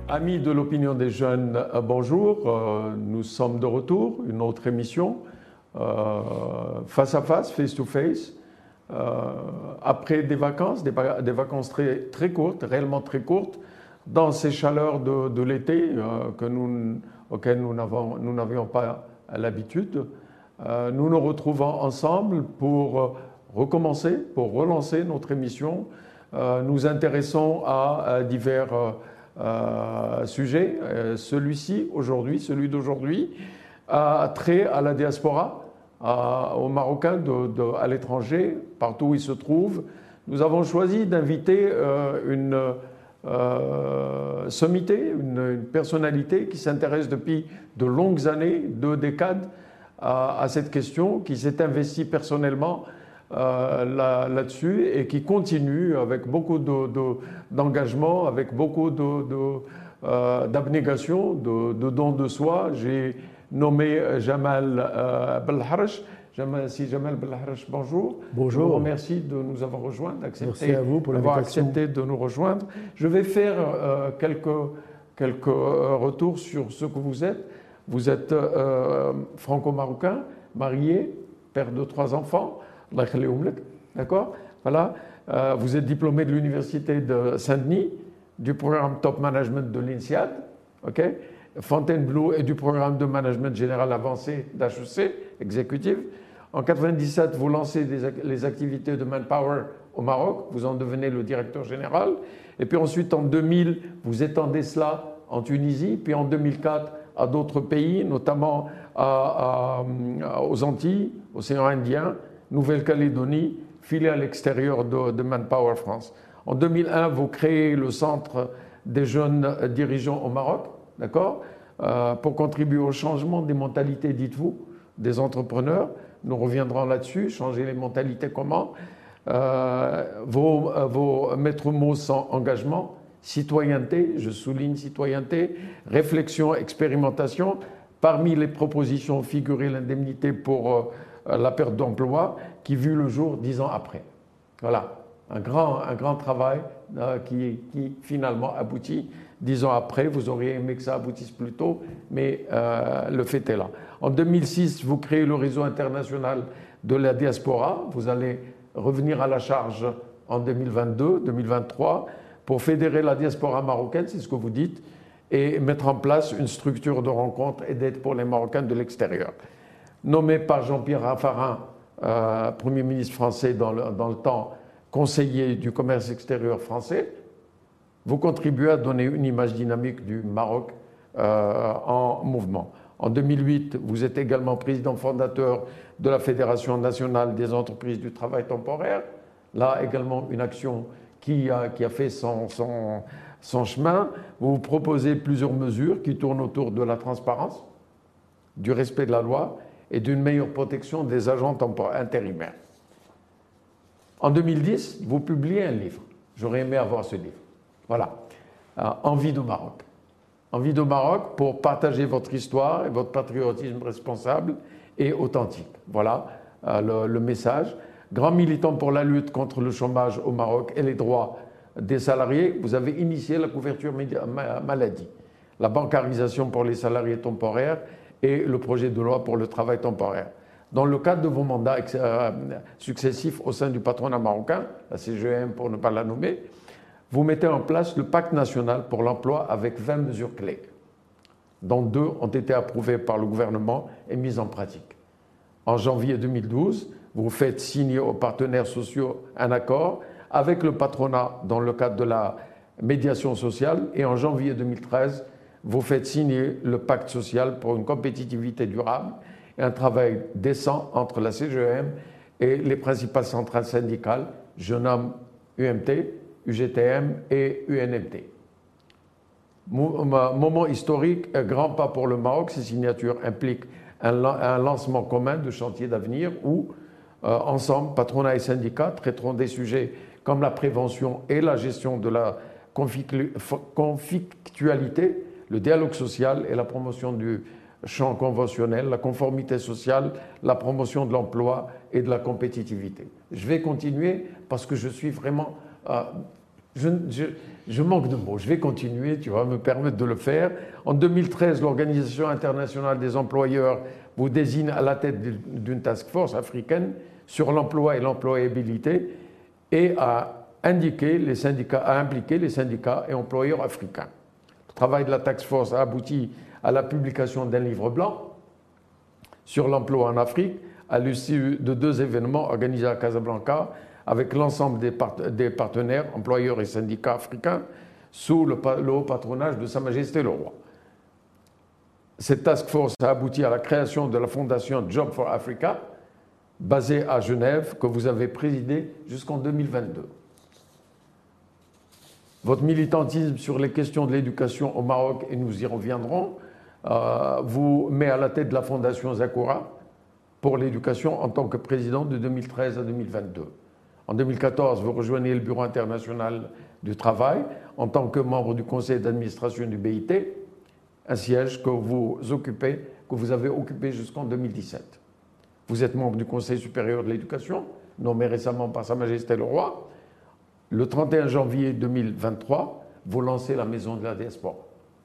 Amis de l'opinion des jeunes, bonjour. Nous sommes de retour, une autre émission, face à face, face to face, après des vacances, des vacances très courtes, réellement très courtes, dans ces chaleurs de l'été auxquelles nous n'avions pas l'habitude. Nous nous retrouvons ensemble pour recommencer, pour relancer notre émission. Nous intéressons à divers sujet. Celui-ci, aujourd'hui, celui d'aujourd'hui, a trait à la diaspora, aux Marocains à l'étranger, partout où ils se trouvent. Nous avons choisi d'inviter une sommité, une personnalité qui s'intéresse depuis de longues années, 2 décades, à cette question, qui s'est investie personnellement là-dessus et qui continue avec beaucoup d'engagement, avec beaucoup d'abnégation, de don de soi. J'ai nommé Jamal Belharch. Jamal Belharch, bonjour. Bonjour. Je vous remercie de nous avoir rejoints, d'avoir accepté de nous rejoindre. Je vais faire quelques retours sur ce que vous êtes. Vous êtes franco-marocain, marié, père de 3 enfants. D'accord? Voilà. Vous êtes diplômé de l'Université de Saint-Denis, du programme Top Management de l'INSEAD, okay? Fontainebleau et du programme de management général avancé d'HEC, exécutif. En 1997, vous lancez les activités de Manpower au Maroc, vous en devenez le directeur général. Et puis ensuite, en 2000, vous étendez cela en Tunisie, puis en 2004 à d'autres pays, notamment aux Antilles, océan Indien, Nouvelle-Calédonie, filiale extérieure de Manpower France. En 2001, vous créez le Centre des jeunes dirigeants au Maroc, d'accord, pour contribuer au changement des mentalités, dites-vous, des entrepreneurs. Nous reviendrons là-dessus, changer les mentalités comment. Vos maîtres mots sont engagement, citoyenneté, je souligne citoyenneté, réflexion, expérimentation. Parmi les propositions figurait l'indemnité pour la perte d'emploi qui vit le jour 10 ans après. Voilà, un grand travail qui finalement aboutit 10 ans après. Vous auriez aimé que ça aboutisse plus tôt, mais le fait est là. En 2006, vous créez le réseau international de la diaspora. Vous allez revenir à la charge en 2022, 2023 pour fédérer la diaspora marocaine, c'est ce que vous dites, et mettre en place une structure de rencontre et d'aide pour les Marocains de l'extérieur. Nommé par Jean-Pierre Raffarin, Premier ministre français dans le temps, conseiller du commerce extérieur français, vous contribuez à donner une image dynamique du Maroc en mouvement. En 2008, vous êtes également président fondateur de la Fédération nationale des entreprises du travail temporaire. Là également une action qui a fait son chemin. Vous proposez plusieurs mesures qui tournent autour de la transparence, du respect de la loi et d'une meilleure protection des agents intérimaires. En 2010, vous publiez un livre. J'aurais aimé avoir ce livre. Voilà, Envie de Maroc. Envie de Maroc pour partager votre histoire et votre patriotisme responsable et authentique. Voilà le message. Grand militant pour la lutte contre le chômage au Maroc et les droits des salariés, vous avez initié la couverture maladie, la bancarisation pour les salariés temporaires et le projet de loi pour le travail temporaire. Dans le cadre de vos mandats successifs au sein du patronat marocain, la CGM pour ne pas la nommer, vous mettez en place le pacte national pour l'emploi avec 20 mesures clés, dont 2 ont été approuvées par le gouvernement et mises en pratique. En janvier 2012, vous faites signer aux partenaires sociaux un accord avec le patronat dans le cadre de la médiation sociale et en janvier 2013, vous faites signer le pacte social pour une compétitivité durable et un travail décent entre la CGM et les principales centrales syndicales, je nomme UMT, UGTM et UNMT. Moment historique, un grand pas pour le Maroc. Ces signatures impliquent un lancement commun de chantier d'avenir où, ensemble, patronat et syndicats traiteront des sujets comme la prévention et la gestion de la conflictualité, le dialogue social et la promotion du champ conventionnel, la conformité sociale, la promotion de l'emploi et de la compétitivité. Je vais continuer parce que je suis vraiment je manque de mots. Je vais continuer, tu vas me permettre de le faire. En 2013, l'Organisation internationale des employeurs vous désigne à la tête d'une task force africaine sur l'emploi et l'employabilité et a impliqué les syndicats et employeurs africains. Le travail de la task force a abouti à la publication d'un livre blanc sur l'emploi en Afrique à l'issue de 2 événements organisés à Casablanca avec l'ensemble des partenaires, employeurs et syndicats africains, sous le haut patronage de Sa Majesté le Roi. Cette task force a abouti à la création de la fondation Job for Africa, basée à Genève, que vous avez présidée jusqu'en 2022. Votre militantisme sur les questions de l'éducation au Maroc, et nous y reviendrons, vous met à la tête de la fondation Zakura pour l'éducation en tant que président de 2013 à 2022. En 2014, vous rejoignez le Bureau international du travail en tant que membre du conseil d'administration du BIT, un siège que vous avez occupé jusqu'en 2017. Vous êtes membre du Conseil supérieur de l'éducation, nommé récemment par Sa Majesté le Roi. Le 31 janvier 2023, vous lancez la Maison de la Diaspora,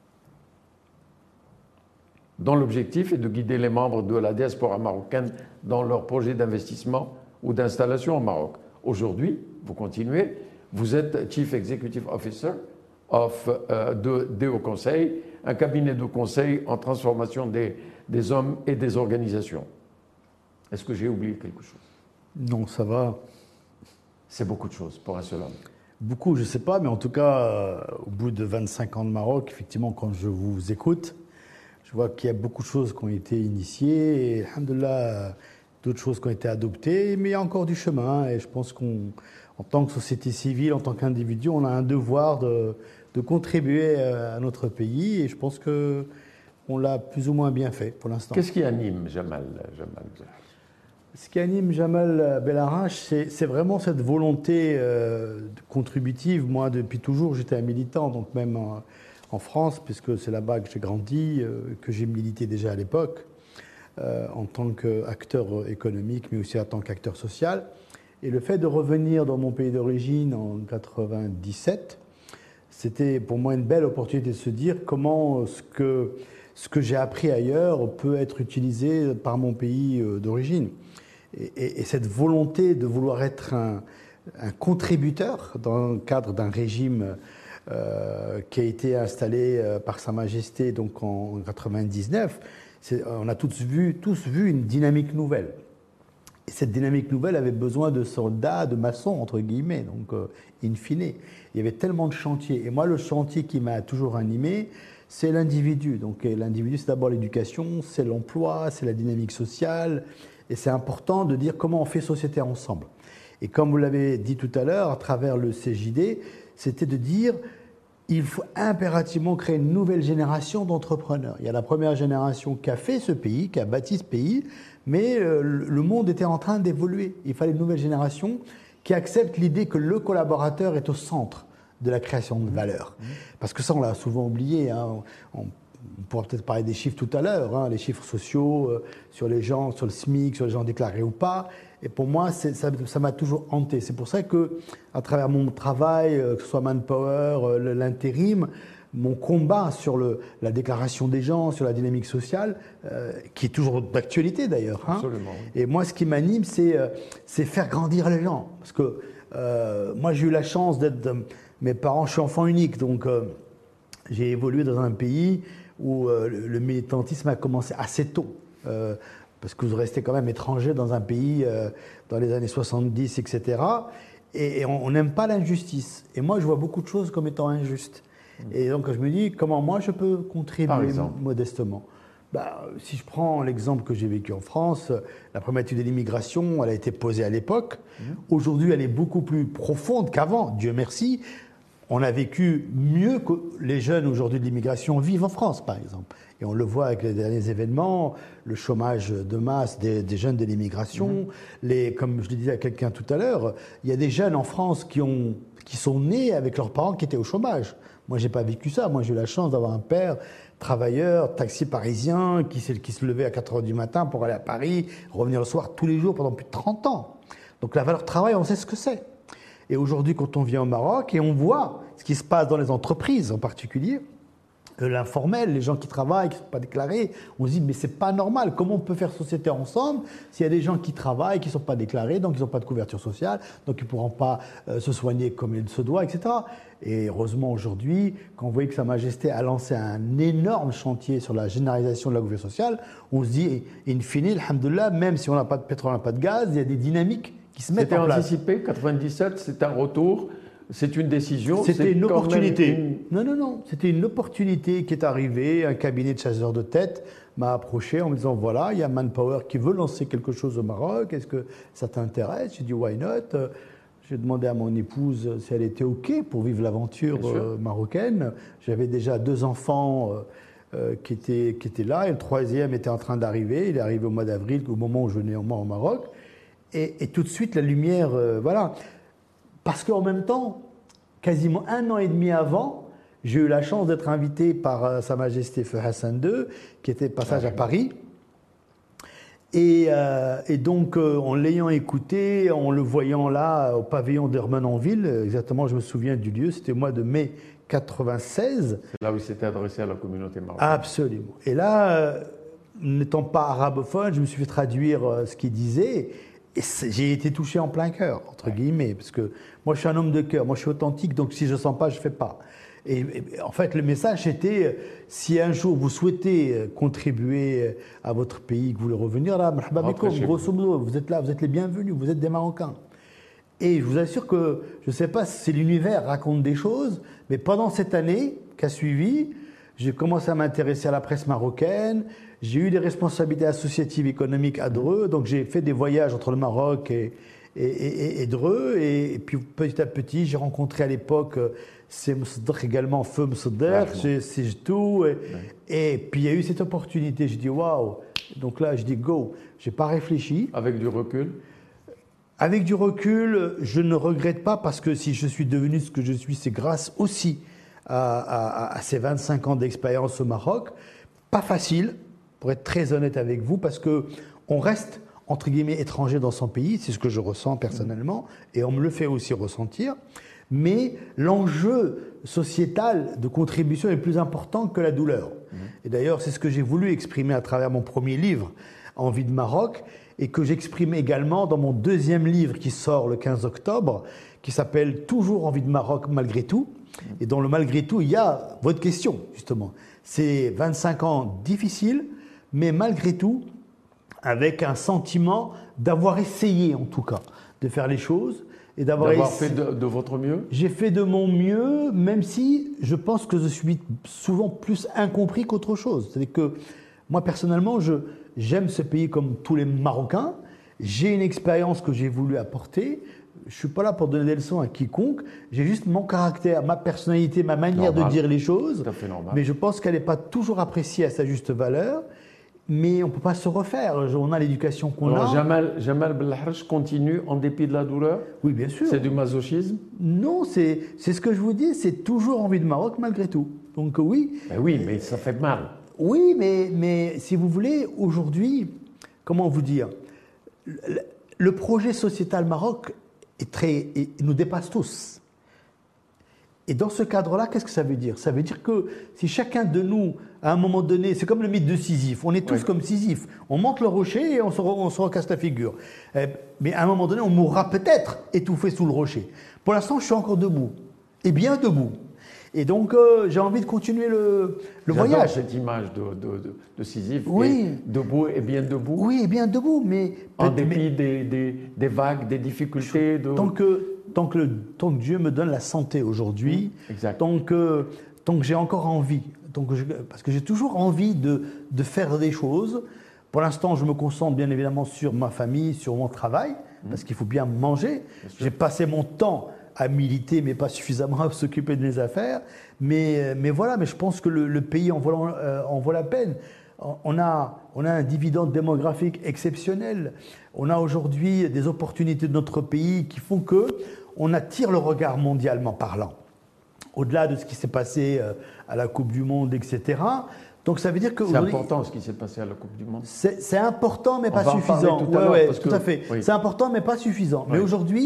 dont l'objectif est de guider les membres de la diaspora marocaine dans leurs projets d'investissement ou d'installation au Maroc. Aujourd'hui, vous continuez, vous êtes Chief Executive Officer de DEO Conseil, un cabinet de conseil en transformation des hommes et des organisations. Est-ce que j'ai oublié quelque chose? Non, ça va. C'est beaucoup de choses pour un seul homme. Beaucoup, je ne sais pas, mais en tout cas, au bout de 25 ans de Maroc, effectivement, quand je vous écoute, je vois qu'il y a beaucoup de choses qui ont été initiées et, alhamdoulilah, d'autres choses qui ont été adoptées, mais il y a encore du chemin. Et je pense qu'en tant que société civile, en tant qu'individu, on a un devoir de contribuer à notre pays et je pense qu'on l'a plus ou moins bien fait pour l'instant. Qu'est-ce qui anime Jamal? Ce qui anime Jamal Belarache, c'est vraiment cette volonté contributive. Moi, depuis toujours, j'étais un militant, donc même en France, puisque c'est là-bas que j'ai grandi, que j'ai milité déjà à l'époque, en tant qu'acteur économique, mais aussi en tant qu'acteur social. Et le fait de revenir dans mon pays d'origine en 1997, c'était pour moi une belle opportunité de se dire comment ce que j'ai appris ailleurs peut être utilisé par mon pays d'origine. Et cette volonté de vouloir être un contributeur dans le cadre d'un régime qui a été installé par Sa Majesté donc en 1999, on a tous vu une dynamique nouvelle. Et cette dynamique nouvelle avait besoin de soldats, de maçons, entre guillemets, donc in fine. Il y avait tellement de chantiers. Et moi, le chantier qui m'a toujours animé, c'est l'individu. Donc l'individu, c'est d'abord l'éducation, c'est l'emploi, c'est la dynamique sociale. Et c'est important de dire comment on fait société ensemble. Et comme vous l'avez dit tout à l'heure, à travers le CJD, c'était de dire il faut impérativement créer une nouvelle génération d'entrepreneurs. Il y a la première génération qui a fait ce pays, qui a bâti ce pays, mais le monde était en train d'évoluer. Il fallait une nouvelle génération qui accepte l'idée que le collaborateur est au centre de la création de valeur. Parce que ça, on l'a souvent oublié. On pourra peut-être parler des chiffres tout à l'heure, les chiffres sociaux, sur les gens, sur le SMIC, sur les gens déclarés ou pas. Et pour moi, ça m'a toujours hanté. C'est pour ça que, à travers mon travail, que ce soit Manpower, l'intérim, mon combat sur la déclaration des gens, sur la dynamique sociale, qui est toujours d'actualité d'ailleurs. Absolument. Et moi, ce qui m'anime, c'est faire grandir les gens. Parce que moi, j'ai eu la chance d'être... Mes parents, je suis enfant unique, donc j'ai évolué dans un pays où le militantisme a commencé assez tôt. Parce que vous restez quand même étranger dans un pays dans les années 70, etc. Et on n'aime pas l'injustice. Et moi, je vois beaucoup de choses comme étant injustes. Et donc, je me dis, comment moi, je peux contribuer modestement? Si je prends l'exemple que j'ai vécu en France, la problématique de l'immigration, elle a été posée à l'époque. Aujourd'hui, elle est beaucoup plus profonde qu'avant, Dieu merci. On a vécu mieux que les jeunes aujourd'hui de l'immigration vivent en France, par exemple. Et on le voit avec les derniers événements, le chômage de masse des jeunes de l'immigration. Comme je le disais à quelqu'un tout à l'heure, il y a des jeunes en France qui sont nés avec leurs parents qui étaient au chômage. Moi, je n'ai pas vécu ça. Moi, j'ai eu la chance d'avoir un père travailleur, taxi parisien, qui se levait à 4 h du matin pour aller à Paris, revenir le soir tous les jours pendant plus de 30 ans. Donc la valeur travail, on sait ce que c'est. Et aujourd'hui, quand on vient au Maroc et on voit ce qui se passe dans les entreprises en particulier, l'informel, les gens qui travaillent, qui ne sont pas déclarés, on se dit mais c'est pas normal, comment on peut faire société ensemble s'il y a des gens qui travaillent, qui ne sont pas déclarés, donc ils n'ont pas de couverture sociale, donc ils ne pourront pas se soigner comme il se doit, etc. Et heureusement aujourd'hui, quand vous voyez que Sa Majesté a lancé un énorme chantier sur la généralisation de la couverture sociale, on se dit, in fine, alhamdoulilah, même si on n'a pas de pétrole, on n'a pas de gaz, il y a des dynamiques qui se mettent en place. C'était anticipé, 97, c'est un retour. C'est une décision. C'était une opportunité. Non. C'était une opportunité qui est arrivée. Un cabinet de chasseurs de tête m'a approché en me disant voilà, il y a Manpower qui veut lancer quelque chose au Maroc. Est-ce que ça t'intéresse? J'ai dit why not? J'ai demandé à mon épouse si elle était OK pour vivre l'aventure marocaine. J'avais déjà 2 enfants qui étaient là et le 3e était en train d'arriver. Il est arrivé au mois d'avril, au moment où je venais au Maroc. Et tout de suite, la lumière, voilà. Parce qu'en même temps, quasiment 1 an et demi avant, j'ai eu la chance d'être invité par Sa Majesté Feu Hassan II, qui était de passage à Paris. Et donc, en l'ayant écouté, en le voyant là, au pavillon d'Hermenonville, exactement, je me souviens du lieu, c'était au mois de mai 96. C'est là où il s'était adressé à la communauté marocaine. Absolument. Et là, n'étant pas arabophone, je me suis fait traduire ce qu'il disait. Et j'ai été touché en plein cœur, entre guillemets, parce que moi je suis un homme de cœur, moi je suis authentique, donc si je ne sens pas, je ne fais pas. Et en fait, le message était, si un jour vous souhaitez contribuer à votre pays, que vous voulez revenir là, grosso modo, vous êtes là, vous êtes les bienvenus, vous êtes des Marocains. Et je vous assure que, je ne sais pas si l'univers raconte des choses, mais pendant cette année qui a suivi, j'ai commencé à m'intéresser à la presse marocaine. J'ai eu des responsabilités associatives économiques à Dreux, donc j'ai fait des voyages entre le Maroc et Dreux. Et puis petit à petit, j'ai rencontré à l'époque c'est Mossadegh également, Feu Mossadegh, c'est tout. Et puis il y a eu cette opportunité. Je dis waouh. Donc là, je dis go. J'ai pas réfléchi. Avec du recul. Avec du recul, je ne regrette pas parce que si je suis devenu ce que je suis, c'est grâce aussi à ces 25 ans d'expérience au Maroc. Pas facile, pour être très honnête avec vous, parce qu'on reste, entre guillemets, étranger dans son pays, c'est ce que je ressens personnellement, et on me le fait aussi ressentir, mais l'enjeu sociétal de contribution est plus important que la douleur. Et d'ailleurs, c'est ce que j'ai voulu exprimer à travers mon premier livre, Envie de Maroc, et que j'exprime également dans mon 2e livre qui sort le 15 octobre, qui s'appelle Toujours Envie de Maroc malgré tout. Et dans le malgré tout, il y a votre question, justement. C'est 25 ans difficiles, mais malgré tout, avec un sentiment d'avoir essayé, en tout cas, de faire les choses. Et d'avoir fait de votre mieux. J'ai fait de mon mieux, même si je pense que je suis souvent plus incompris qu'autre chose. C'est-à-dire que moi, personnellement, j'aime ce pays comme tous les Marocains. J'ai une expérience que j'ai voulu apporter. Je ne suis pas là pour donner des leçons à quiconque. J'ai juste mon caractère, ma personnalité, ma manière de dire les choses. Tout à fait normal. Mais je pense qu'elle n'est pas toujours appréciée à sa juste valeur. Mais on ne peut pas se refaire. On a l'éducation qu'on a. Jamal Belharj continue en dépit de la douleur? Oui, bien sûr. C'est du masochisme? Non, c'est ce que je vous dis. C'est toujours Envie de Maroc malgré tout. Donc oui. Ben oui, mais ça fait mal. Oui, mais si vous voulez, aujourd'hui, comment vous dire, le projet sociétal Maroc il nous dépasse tous. Et dans ce cadre-là, qu'est-ce que ça veut dire? Ça veut dire que si chacun de nous, à un moment donné, c'est comme le mythe de Sisyphe, on est tous comme Sisyphe, on monte le rocher et on se recasse la figure. Mais à un moment donné, on mourra peut-être étouffé sous le rocher. Pour l'instant, je suis encore debout, et bien debout. Et donc, j'ai envie de continuer le voyage. Cette image de Sisyphe, oui. Debout et bien debout. Oui, et bien debout, mais... En dépit des vagues, des difficultés. Tant que Dieu me donne la santé aujourd'hui, tant que j'ai encore envie, parce que j'ai toujours envie de faire des choses. Pour l'instant, je me concentre bien évidemment sur ma famille, sur mon travail, parce qu'il faut bien manger. J'ai passé mon temps à militer, mais pas suffisamment à s'occuper de mes affaires. Mais voilà, mais je pense que le pays en vaut la peine. On a un dividende démographique exceptionnel. On a aujourd'hui des opportunités de notre pays qui font qu'on attire le regard mondialement parlant. Au-delà de ce qui s'est passé à la Coupe du Monde, etc. Donc ça veut dire que... C'est important ce qui s'est passé à la Coupe du Monde. C'est important, mais pas suffisant. Tout à fait. Oui. C'est important, mais pas suffisant. Oui. Mais aujourd'hui,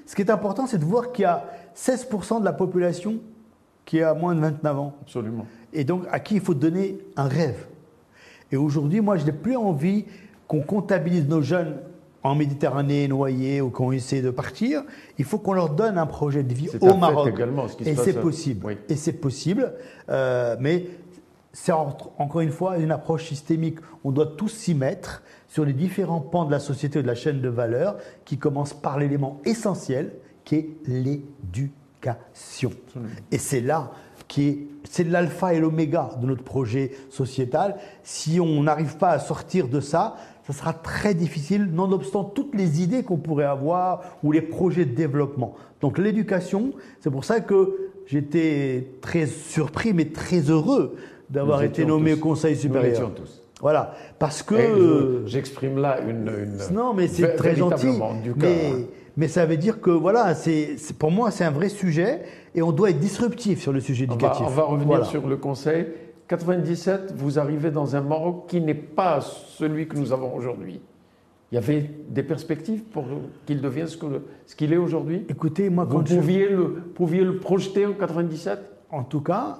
ce qui est important, c'est de voir qu'il y a 16% de la population qui a moins de 29 ans. Absolument. Et donc, à qui il faut donner un rêve. Et aujourd'hui, moi, je n'ai plus envie qu'on comptabilise nos jeunes en Méditerranée, noyés, ou qu'on essaie de partir. Il faut qu'on leur donne un projet de vie au Maroc. Également, ce qui se et passe, c'est possible. Oui. Et c'est possible. Mais c'est encore une fois une approche systémique. On doit tous s'y mettre sur les différents pans de la société ou de la chaîne de valeur qui commence par l'élément essentiel qui est l'éducation. Et c'est là c'est l'alpha et l'oméga de notre projet sociétal. Si on n'arrive pas à sortir de ça, ça sera très difficile, nonobstant toutes les idées qu'on pourrait avoir ou les projets de développement. Donc l'éducation, c'est pour ça que j'étais très surpris, mais très heureux d'avoir été nommé au Conseil supérieur. Nous l'étions tous. Voilà, parce que... J'exprime là une non, mais c'est très gentil. Mais ça veut dire que, voilà, pour moi, c'est un vrai sujet et on doit être disruptif sur le sujet éducatif. On va revenir sur le Conseil. 97, vous arrivez dans un Maroc qui n'est pas celui que nous avons aujourd'hui. Il y avait des perspectives pour qu'il devienne ce qu'il est aujourd'hui. Écoutez, moi, vous pouviez le projeter en 97 ? En tout cas,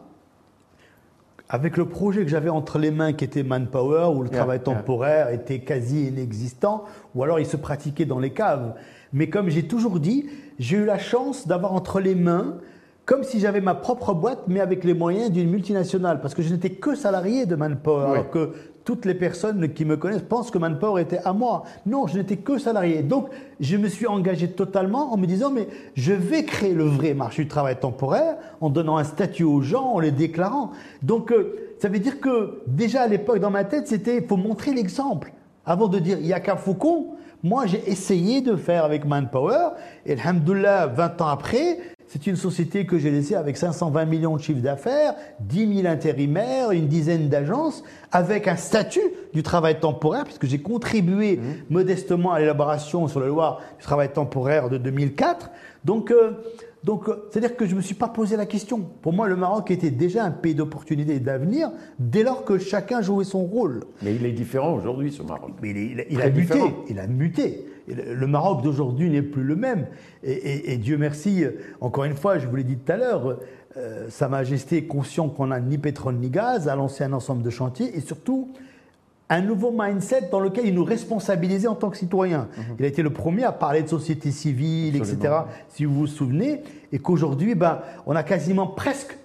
avec le projet que j'avais entre les mains qui était Manpower, où le travail temporaire était quasi inexistant, ou alors il se pratiquait dans les caves. Mais comme j'ai toujours dit, j'ai eu la chance d'avoir entre les mains, comme si j'avais ma propre boîte, mais avec les moyens d'une multinationale. Parce que je n'étais que salarié de Manpower, alors que toutes les personnes qui me connaissent pensent que Manpower était à moi. Non, je n'étais que salarié. Donc, je me suis engagé totalement en me disant, mais je vais créer le vrai marché du travail temporaire en donnant un statut aux gens, en les déclarant. Donc, ça veut dire que déjà à l'époque, dans ma tête, c'était, il faut montrer l'exemple. Avant de dire, il n'y a qu'un faucon, moi, j'ai essayé de faire avec Manpower. Et alhamdoulilah, 20 ans après, c'est une société que j'ai laissée avec 520 millions de chiffre d'affaires, 10 000 intérimaires, une dizaine d'agences, avec un statut du travail temporaire, puisque j'ai contribué modestement à l'élaboration sur la loi du travail temporaire de 2004. Donc, c'est-à-dire que je ne me suis pas posé la question. Pour moi, le Maroc était déjà un pays d'opportunités et d'avenir, dès lors que chacun jouait son rôle. Mais il est différent aujourd'hui, ce Maroc. Mais il a muté. Il a muté. Le Maroc d'aujourd'hui n'est plus le même. Et Dieu merci, encore une fois, je vous l'ai dit tout à l'heure, Sa Majesté est conscient qu'on n'a ni pétrole ni gaz, a lancé un ensemble de chantiers et surtout un nouveau mindset dans lequel il nous responsabilisait en tant que citoyens. Il a été le premier à parler de société civile, etc., si vous vous souvenez, et qu'aujourd'hui, on a quasiment presque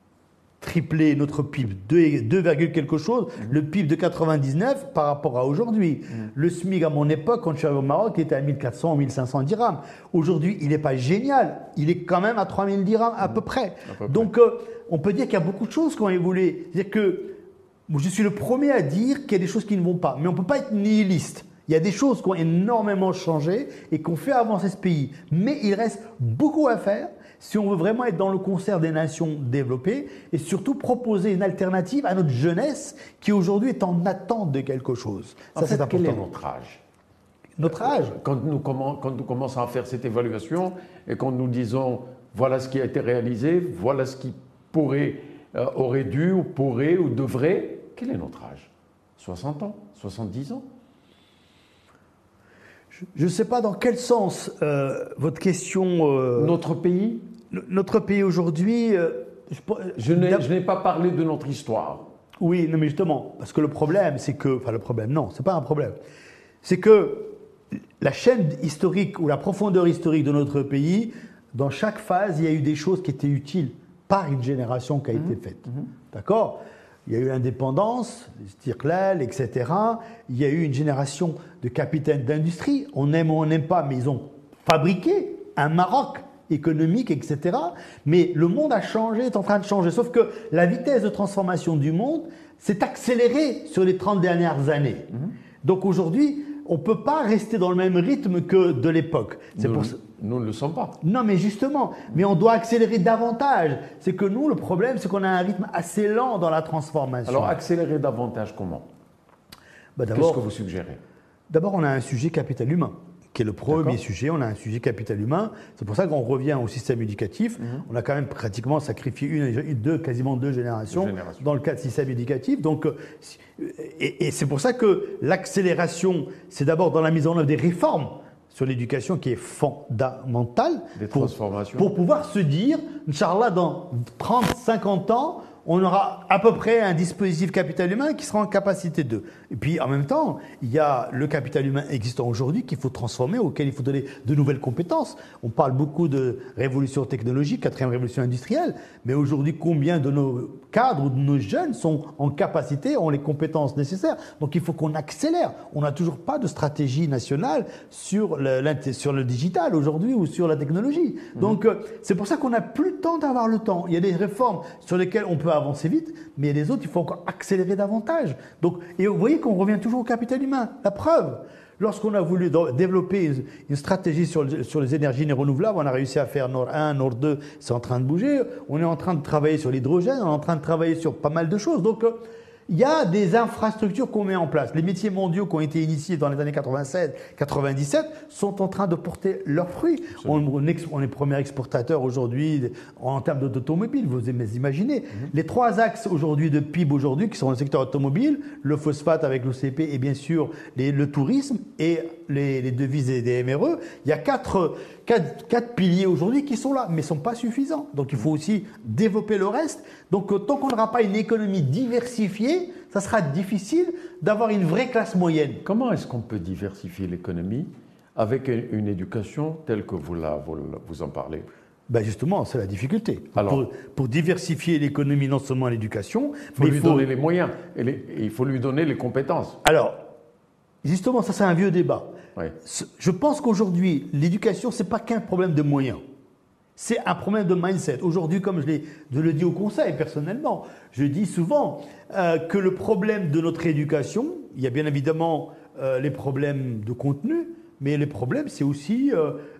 triplé notre PIB, 2, quelque chose, le PIB de 99 par rapport à aujourd'hui. Le SMIC à mon époque, quand je suis arrivé au Maroc, était à 1400, 1500 dirhams. Aujourd'hui, il n'est pas génial, il est quand même à 3000 dirhams à peu près. Donc, on peut dire qu'il y a beaucoup de choses qui ont évolué. C'est-à-dire que je suis le premier à dire qu'il y a des choses qui ne vont pas, mais on ne peut pas être nihiliste. Il y a des choses qui ont énormément changé et qui ont fait avancer ce pays. Mais il reste beaucoup à faire si on veut vraiment être dans le concert des nations développées et surtout proposer une alternative à notre jeunesse qui aujourd'hui est en attente de quelque chose. Ça, c'est important. Quel est notre âge ? Notre âge ? Quand nous commençons à faire cette évaluation et quand nous disons voilà ce qui a été réalisé, voilà ce qui aurait dû ou pourrait ou devrait, quel est notre âge ? 60 ans ? 70 ans ? Je ne sais pas dans quel sens votre question... Notre pays ? Notre pays aujourd'hui... je n'ai pas parlé de notre histoire. Oui, non, mais justement, parce que le problème, c'est que... Enfin, le problème, non, ce n'est pas un problème. C'est que la chaîne historique ou la profondeur historique de notre pays, dans chaque phase, il y a eu des choses qui étaient utiles par une génération qui a été faite. D'accord ? Il y a eu l'indépendance, l'Istiqlal, etc. Il y a eu une génération de capitaines d'industrie. On aime ou on n'aime pas, mais ils ont fabriqué un Maroc économique, etc. Mais le monde a changé, est en train de changer. Sauf que la vitesse de transformation du monde s'est accélérée sur les 30 dernières années. Donc aujourd'hui, on ne peut pas rester dans le même rythme que de l'époque. Nous ne le sommes pas. Non, mais justement, mais on doit accélérer davantage. C'est que nous, le problème, c'est qu'on a un rythme assez lent dans la transformation. Alors, accélérer davantage comment ? Qu'est-ce que vous suggérez ? D'abord, on a un sujet capital humain, qui est le premier sujet. On a un sujet capital humain. C'est pour ça qu'on revient au système éducatif. On a quand même pratiquement sacrifié quasiment deux générations dans le cadre du système éducatif. Donc, et c'est pour ça que l'accélération, c'est d'abord dans la mise en œuvre des réformes sur l'éducation qui est fondamentale Des transformations. pour pouvoir se dire, Inch'Allah, dans 30, 50 ans, on aura à peu près un dispositif capital humain qui sera en capacité de. Et puis en même temps, il y a le capital humain existant aujourd'hui qu'il faut transformer, auquel il faut donner de nouvelles compétences. On parle beaucoup de révolution technologique, quatrième révolution industrielle, mais aujourd'hui, combien de nos cadres ou de nos jeunes sont en capacité, ont les compétences nécessaires? Donc il faut qu'on accélère. On n'a toujours pas de stratégie nationale sur le digital aujourd'hui ou sur la technologie. Donc c'est pour ça qu'on n'a plus le temps d'avoir le temps. Il y a des réformes sur lesquelles on peut avancer vite, mais il y a des autres, il faut encore accélérer davantage. Donc, et vous voyez qu'on revient toujours au capital humain. La preuve, lorsqu'on a voulu développer une stratégie sur les énergies renouvelables, on a réussi à faire Nord 1, Nord 2, c'est en train de bouger. On est en train de travailler sur l'hydrogène, on est en train de travailler sur pas mal de choses. Donc, il y a des infrastructures qu'on met en place. Les métiers mondiaux qui ont été initiés dans les années 96-97 sont en train de porter leurs fruits. On est premier exportateur aujourd'hui en termes d'automobile, vous imaginez. Les trois axes aujourd'hui de PIB aujourd'hui, qui sont le secteur automobile, le phosphate avec l'OCP et bien sûr le tourisme et les devises et des MRE, il y a quatre piliers aujourd'hui qui sont là, mais ne sont pas suffisants. Donc il faut aussi développer le reste. Donc tant qu'on n'aura pas une économie diversifiée, ça sera difficile d'avoir une vraie classe moyenne. Comment est-ce qu'on peut diversifier l'économie avec une éducation telle que vous en parlez? Ben justement, c'est la difficulté. Alors, pour diversifier l'économie, non seulement l'éducation, mais il faut lui donner les moyens et il faut lui donner les compétences. Alors, justement, ça c'est un vieux débat. Oui. Je pense qu'aujourd'hui, l'éducation, ce n'est pas qu'un problème de moyens. C'est un problème de mindset. Aujourd'hui, comme je le dis au conseil personnellement, je dis souvent que le problème de notre éducation, il y a bien évidemment les problèmes de contenu, mais les problèmes, c'est aussi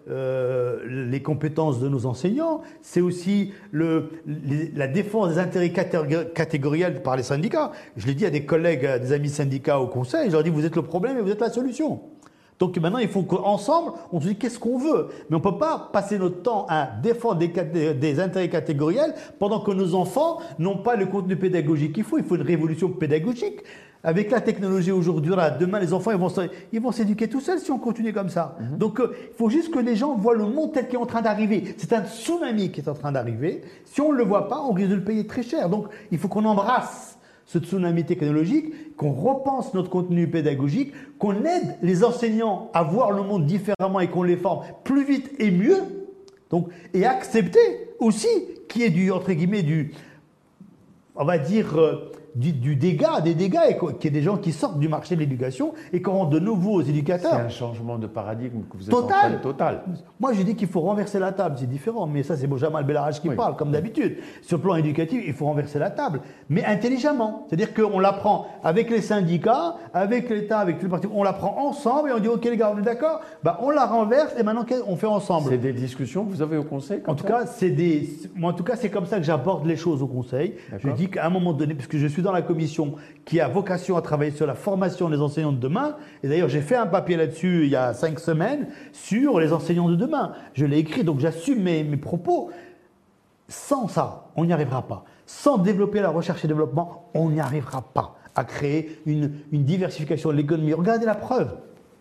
les compétences de nos enseignants, c'est aussi la défense des intérêts catégoriels par les syndicats. Je l'ai dit à des collègues, à des amis syndicats au conseil, je leur dis vous êtes le problème et vous êtes la solution. Donc maintenant, il faut qu'ensemble, on se dise qu'est-ce qu'on veut. Mais on ne peut pas passer notre temps à défendre des intérêts catégoriels pendant que nos enfants n'ont pas le contenu pédagogique qu'il faut. Il faut une révolution pédagogique. Avec la technologie aujourd'hui, demain, les enfants ils vont s'éduquer tout seuls si on continue comme ça. Donc, il faut juste que les gens voient le monde tel qu'il est en train d'arriver. C'est un tsunami qui est en train d'arriver. Si on ne le voit pas, on risque de le payer très cher. Donc, il faut qu'on embrasse ce tsunami technologique, qu'on repense notre contenu pédagogique, qu'on aide les enseignants à voir le monde différemment et qu'on les forme plus vite et mieux. Donc, et accepter aussi qu'il y ait entre guillemets, on va dire, des dégâts, et qu'il y ait des gens qui sortent du marché de l'éducation et qu'on rende de nouveaux éducateurs. C'est un changement de paradigme que vous êtes en train de total. Moi, je dis qu'il faut renverser la table, c'est différent, mais ça, c'est Jamal Belharaj qui parle, comme d'habitude. Sur le plan éducatif, il faut renverser la table, mais intelligemment. C'est-à-dire qu'on l'apprend avec les syndicats, avec l'État, avec tous les partis, on l'apprend ensemble et on dit, OK, les gars, on est d'accord, on la renverse et maintenant, on fait ensemble. C'est des discussions que vous avez au Conseil En tout cas, c'est comme ça que j'aborde les choses au Conseil. Je dis qu'à un moment donné, puisque je suis dans la commission qui a vocation à travailler sur la formation des enseignants de demain, et d'ailleurs j'ai fait un papier là-dessus il y a 5 semaines sur les enseignants de demain. Je l'ai écrit, donc j'assume mes propos. Sans ça, on n'y arrivera pas. Sans développer la recherche et développement, on n'y arrivera pas à créer une diversification de l'économie. Regardez la preuve.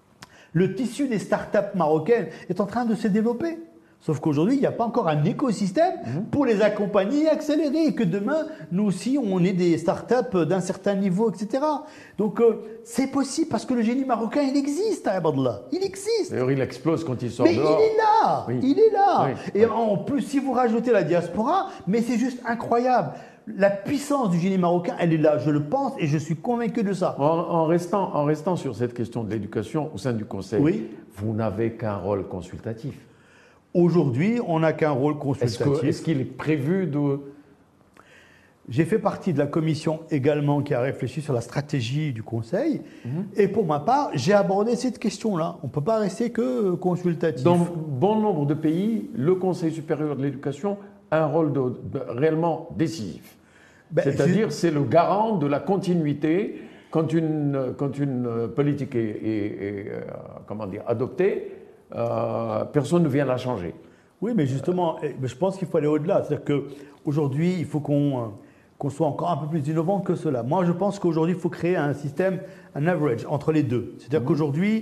Le tissu des startups marocaines est en train de se développer. Sauf qu'aujourd'hui, il n'y a pas encore un écosystème pour les accompagner et accélérer. Et que demain, nous aussi, on est des startups d'un certain niveau, etc. Donc, c'est possible parce que le génie marocain, il existe à Abadallah. Il existe. D'ailleurs, il explose quand il sort mais dehors. Mais il est là. Oui. Il est là. Oui. Et en plus, si vous rajoutez la diaspora, mais c'est juste incroyable. La puissance du génie marocain, elle est là. Je le pense et je suis convaincu de ça. En restant sur cette question de l'éducation au sein du Conseil, vous n'avez qu'un rôle consultatif. Aujourd'hui, on n'a qu'un rôle consultatif. Est-ce qu'il est prévu de... J'ai fait partie de la commission également qui a réfléchi sur la stratégie du Conseil. Et pour ma part, j'ai abordé cette question-là. On ne peut pas rester que consultatif. Dans bon nombre de pays, le Conseil supérieur de l'éducation a un rôle réellement décisif. C'est-à-dire, c'est le garant de la continuité quand une politique est adoptée. Personne ne vient la changer. Oui, mais justement, je pense qu'il faut aller au-delà. C'est-à-dire qu'aujourd'hui, il faut qu'on soit encore un peu plus innovant que cela. Moi, je pense qu'aujourd'hui, il faut créer un système, un average entre les deux. C'est-à-dire qu'aujourd'hui,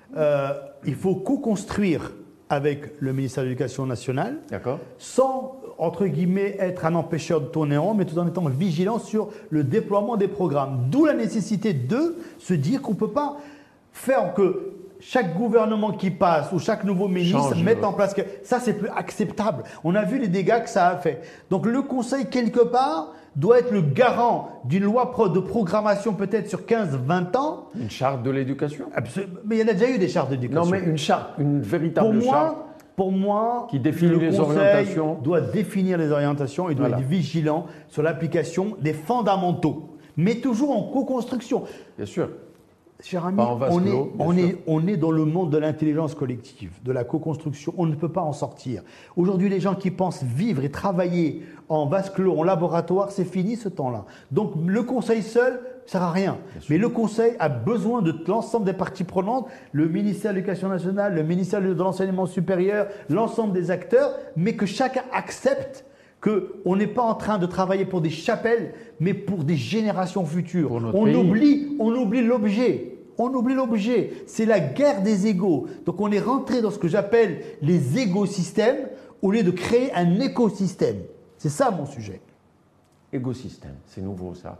il faut co-construire avec le ministère de l'Éducation nationale, sans, entre guillemets, être un empêcheur de tourner en rond, mais tout en étant vigilant sur le déploiement des programmes. D'où la nécessité de se dire qu'on ne peut pas faire que chaque gouvernement qui passe ou chaque nouveau ministre mette en place... Ça, c'est plus acceptable. On a vu les dégâts que ça a fait. Donc le Conseil, quelque part, doit être le garant d'une loi de programmation peut-être sur 15-20 ans. Une charte de l'éducation. Mais il y en a déjà eu des chartes d'éducation. Non, mais une charte, une véritable charte. Pour moi, qui définit les orientations. Doit définir les orientations et doit être vigilant sur l'application des fondamentaux, mais toujours en co-construction. Bien sûr. Cher ami, on est dans le monde de l'intelligence collective, de la co-construction. On ne peut pas en sortir. Aujourd'hui, les gens qui pensent vivre et travailler en vase clos, en laboratoire, c'est fini ce temps-là. Donc le Conseil seul ne sert à rien. Mais le Conseil a besoin de l'ensemble des parties prenantes, le ministère de l'Éducation nationale, le ministère de l'Enseignement supérieur, l'ensemble des acteurs, mais que chacun accepte qu'on n'est pas en train de travailler pour des chapelles, mais pour des générations futures. On oublie l'objet. On oublie l'objet. C'est la guerre des égos. Donc on est rentré dans ce que j'appelle les égosystèmes au lieu de créer un écosystème. C'est ça mon sujet. Écosystème, c'est nouveau ça.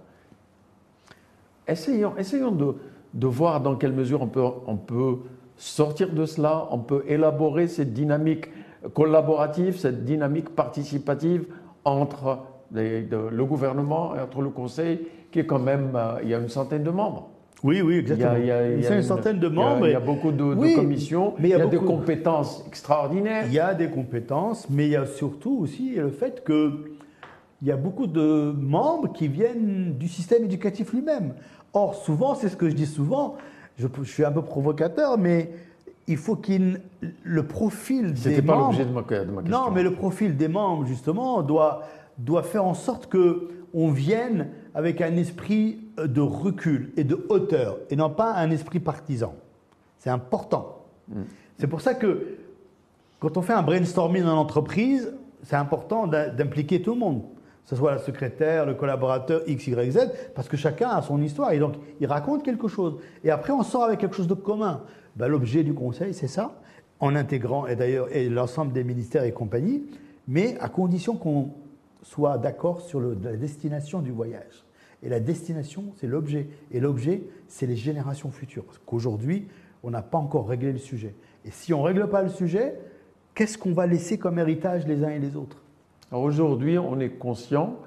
Essayons de voir dans quelle mesure on peut sortir de cela, on peut élaborer cette dynamique collaborative, cette dynamique participative entre le gouvernement et entre le Conseil, qui est quand même, il y a une centaine de membres. Oui, exactement. Il y a une centaine de membres. Il y a beaucoup de commissions, mais il y a des compétences extraordinaires. Il y a des compétences, mais il y a surtout aussi le fait qu'il y a beaucoup de membres qui viennent du système éducatif lui-même. Or, souvent, c'est ce que je dis souvent, je suis un peu provocateur, mais il faut le profil des membres... C'était pas l'objet de ma question. Non, mais le profil des membres, justement, doit faire en sorte qu'on vienne avec un esprit de recul et de hauteur, et non pas un esprit partisan. C'est important. C'est pour ça que, quand on fait un brainstorming dans l'entreprise, c'est important d'impliquer tout le monde. Que ce soit la secrétaire, le collaborateur, X, Y, Z, parce que chacun a son histoire, et donc il raconte quelque chose. Et après, on sort avec quelque chose de commun. L'objet du Conseil, c'est ça, en intégrant, et d'ailleurs, l'ensemble des ministères et compagnie, mais à condition qu'on soit d'accord sur la destination du voyage. Et la destination, c'est l'objet. Et l'objet, c'est les générations futures. Parce qu'aujourd'hui, on n'a pas encore réglé le sujet. Et si on ne règle pas le sujet, qu'est-ce qu'on va laisser comme héritage les uns et les autres? Alors aujourd'hui, on est conscient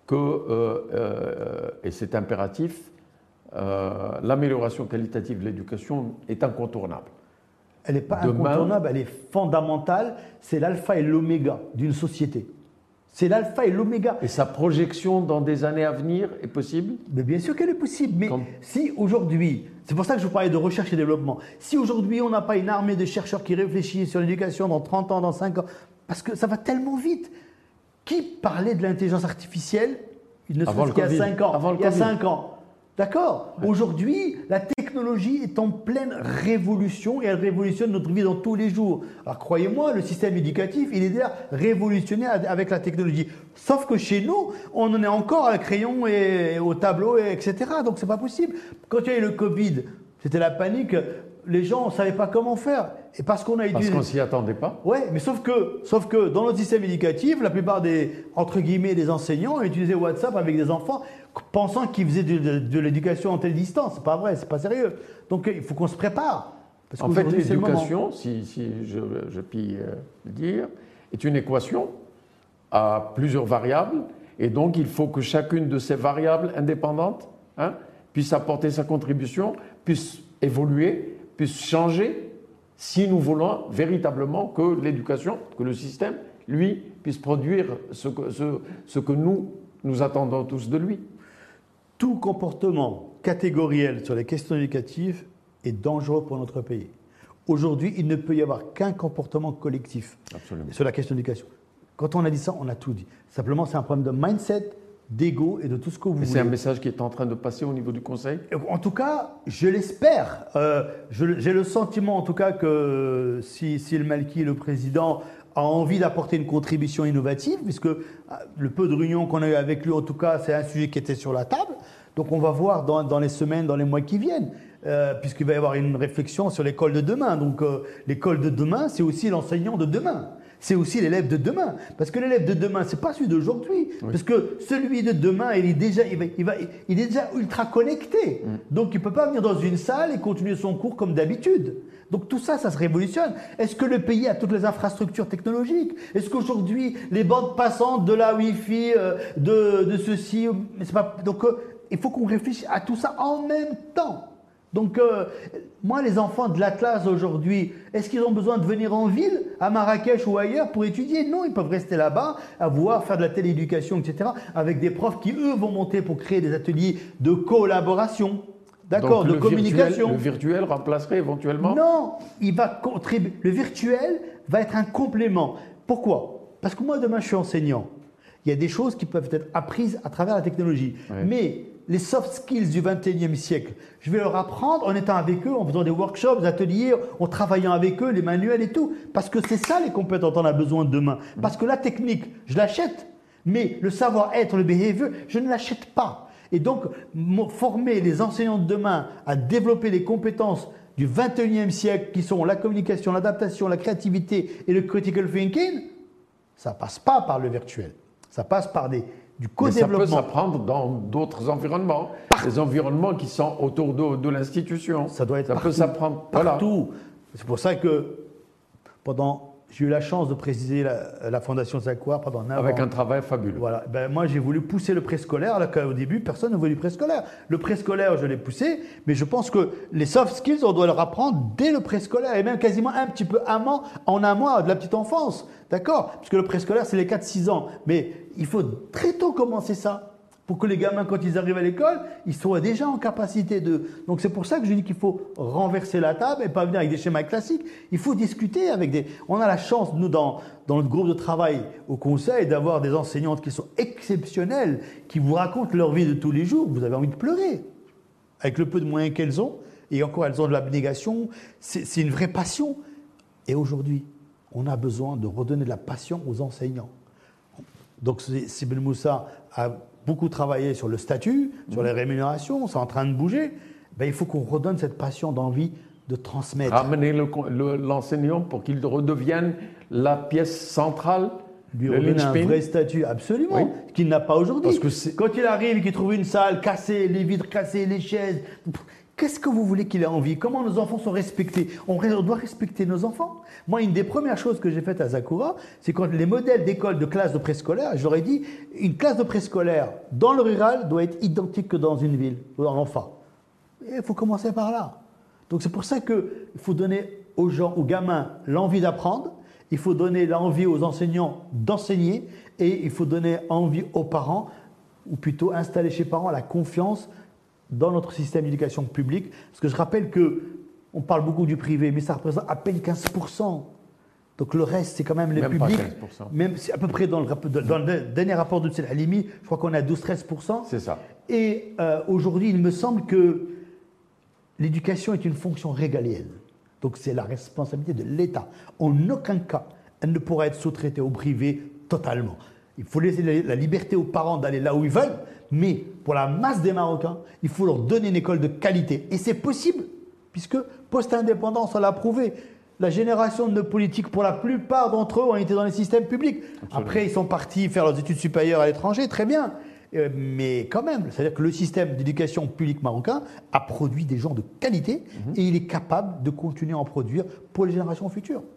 que, et c'est impératif, l'amélioration qualitative de l'éducation est incontournable. Elle n'est pas incontournable, elle est fondamentale. C'est l'alpha et l'oméga d'une société. C'est l'alpha et l'oméga. Et sa projection dans des années à venir est possible? Mais bien sûr qu'elle est possible. Mais si aujourd'hui, c'est pour ça que je vous parlais de recherche et développement, si aujourd'hui on n'a pas une armée de chercheurs qui réfléchissent sur l'éducation dans 30 ans, dans 5 ans, parce que ça va tellement vite. Qui parlait de l'intelligence artificielle il ne serait-ce qu'il y a 5 ans? Il y a 5 ans. D'accord. Ouais. Aujourd'hui, la technologie est en pleine révolution et elle révolutionne notre vie dans tous les jours. Alors croyez-moi, le système éducatif, il est déjà révolutionné avec la technologie. Sauf que chez nous, on en est encore à crayon et au tableau, etc. Donc c'est pas possible. Quand il y a eu le Covid, c'était la panique. Les gens ne savaient pas comment faire. Et parce qu'on ne s'y attendait pas. Oui, mais sauf que dans notre système éducatif, la plupart des, entre guillemets, des enseignants utilisaient WhatsApp avec des enfants pensant qu'ils faisaient de l'éducation en telle distance. C'est pas vrai, c'est pas sérieux. Donc il faut qu'on se prépare. Parce en fait, l'éducation, si je puis le dire, est une équation à plusieurs variables. Et donc il faut que chacune de ces variables indépendantes puisse apporter sa contribution, puisse évoluer, puisse changer, si nous voulons véritablement que l'éducation, que le système, lui, puisse produire ce que nous attendons tous de lui. Tout comportement catégoriel sur les questions éducatives est dangereux pour notre pays. Aujourd'hui, il ne peut y avoir qu'un comportement collectif. Absolument. Sur la question d'éducation. Quand on a dit ça, on a tout dit. Simplement, c'est un problème de mindset, d'ego et de tout ce que vous voulez. C'est un message qui est en train de passer au niveau du Conseil? En tout cas, je l'espère. J'ai le sentiment, en tout cas, que si le Malki, le président, a envie d'apporter une contribution innovative, puisque le peu de réunions qu'on a eu avec lui, en tout cas, c'est un sujet qui était sur la table. Donc, on va voir dans les semaines, dans les mois qui viennent. puisqu'il va y avoir une réflexion sur l'école de demain. Donc l'école de demain, c'est aussi l'enseignant de demain. C'est aussi l'élève de demain. Parce que l'élève de demain, ce n'est pas celui d'aujourd'hui. Oui. Parce que celui de demain, il est déjà ultra connecté. Donc il ne peut pas venir dans une salle et continuer son cours comme d'habitude. Donc tout ça, ça se révolutionne. Est-ce que le pays a toutes les infrastructures technologiques? Est-ce qu'aujourd'hui, les bandes passantes de la Wi-Fi, de ceci, mais c'est pas... Donc il faut qu'on réfléchisse à tout ça en même temps. Donc, moi, les enfants de l'Atlas aujourd'hui, est-ce qu'ils ont besoin de venir en ville, à Marrakech ou ailleurs, pour étudier? Non, ils peuvent rester là-bas, à voir, faire de la télééducation, etc., avec des profs qui, eux, vont monter pour créer des ateliers de collaboration, d'accord, de communication. Le virtuel remplacerait éventuellement? Non, il va contribuer. Le virtuel va être un complément. Pourquoi? Parce que moi, demain, je suis enseignant. Il y a des choses qui peuvent être apprises à travers la technologie. Oui. Mais les soft skills du 21e siècle, je vais leur apprendre en étant avec eux, en faisant des workshops, des ateliers, en travaillant avec eux, les manuels et tout. Parce que c'est ça les compétences dont on a besoin de demain. Parce que la technique, je l'achète. Mais le savoir-être, le behavior, je ne l'achète pas. Et donc, former les enseignants de demain à développer les compétences du 21e siècle, qui sont la communication, l'adaptation, la créativité et le critical thinking, ça ne passe pas par le virtuel. Ça passe par du co-développement. Mais ça peut s'apprendre dans d'autres environnements, les environnements qui sont autour de l'institution. Ça doit être ça partout, peut s'apprendre partout. Voilà. C'est pour ça que j'ai eu la chance de présider la Fondation Savoir pendant 9 ans. Avec un travail fabuleux. Voilà. Moi, j'ai voulu pousser le préscolaire, alors qu'au début, personne ne voulait du préscolaire. Le préscolaire, je l'ai poussé, mais je pense que les soft skills, on doit leur apprendre dès le préscolaire, et même quasiment un petit peu en amont de la petite enfance. D'accord? Parce que le préscolaire, c'est les 4-6 ans. Mais il faut très tôt commencer ça. Pour que les gamins, quand ils arrivent à l'école, ils soient déjà en capacité de... Donc c'est pour ça que je dis qu'il faut renverser la table et pas venir avec des schémas classiques. Il faut discuter avec des... On a la chance, nous, dans notre groupe de travail au conseil, d'avoir des enseignantes qui sont exceptionnelles, qui vous racontent leur vie de tous les jours. Vous avez envie de pleurer. Avec le peu de moyens qu'elles ont, et encore elles ont de l'abnégation, c'est une vraie passion. Et aujourd'hui, on a besoin de redonner de la passion aux enseignants. Donc Sibel Moussa a beaucoup travaillé sur le statut, sur les rémunérations, c'est en train de bouger. Il faut qu'on redonne cette passion d'envie de transmettre. Ramener l'enseignant pour qu'il redevienne la pièce centrale. Lui redonner un vrai statut, absolument, oui. Qu'il n'a pas aujourd'hui. Quand il arrive et qu'il trouve une salle cassée, les vitres cassées, les chaises... Qu'est-ce que vous voulez qu'il ait envie? Comment nos enfants sont respectés? On doit respecter nos enfants. Moi, une des premières choses que j'ai faites à Zakura, c'est quand les modèles d'école, de classe de préscolaire, je leur ai dit, une classe de préscolaire dans le rural doit être identique que dans une ville, dans l'enfant. Il faut commencer par là. Donc c'est pour ça qu'il faut donner aux gens, aux gamins, l'envie d'apprendre, il faut donner l'envie aux enseignants d'enseigner, et il faut donner envie aux parents, ou plutôt installer chez les parents la confiance dans notre système d'éducation publique. Parce que je rappelle qu'on parle beaucoup du privé, mais ça représente à peine 15%. Donc le reste, c'est quand même les publics. Même c'est à peu près dans le dernier rapport de Tsel Halimi, je crois qu'on est à 12-13%. C'est ça. Et aujourd'hui, il me semble que l'éducation est une fonction régalienne. Donc c'est la responsabilité de l'État. En aucun cas, elle ne pourra être sous-traitée au privé totalement. Il faut laisser la liberté aux parents d'aller là où ils veulent, mais pour la masse des Marocains, il faut leur donner une école de qualité. Et c'est possible, puisque post-indépendance, on l'a prouvé. La génération de nos politiques, pour la plupart d'entre eux, ont été dans les systèmes publics. Absolument. Après, ils sont partis faire leurs études supérieures à l'étranger, très bien. Mais quand même, c'est-à-dire que le système d'éducation publique marocain a produit des gens de qualité et il est capable de continuer à en produire pour les générations futures.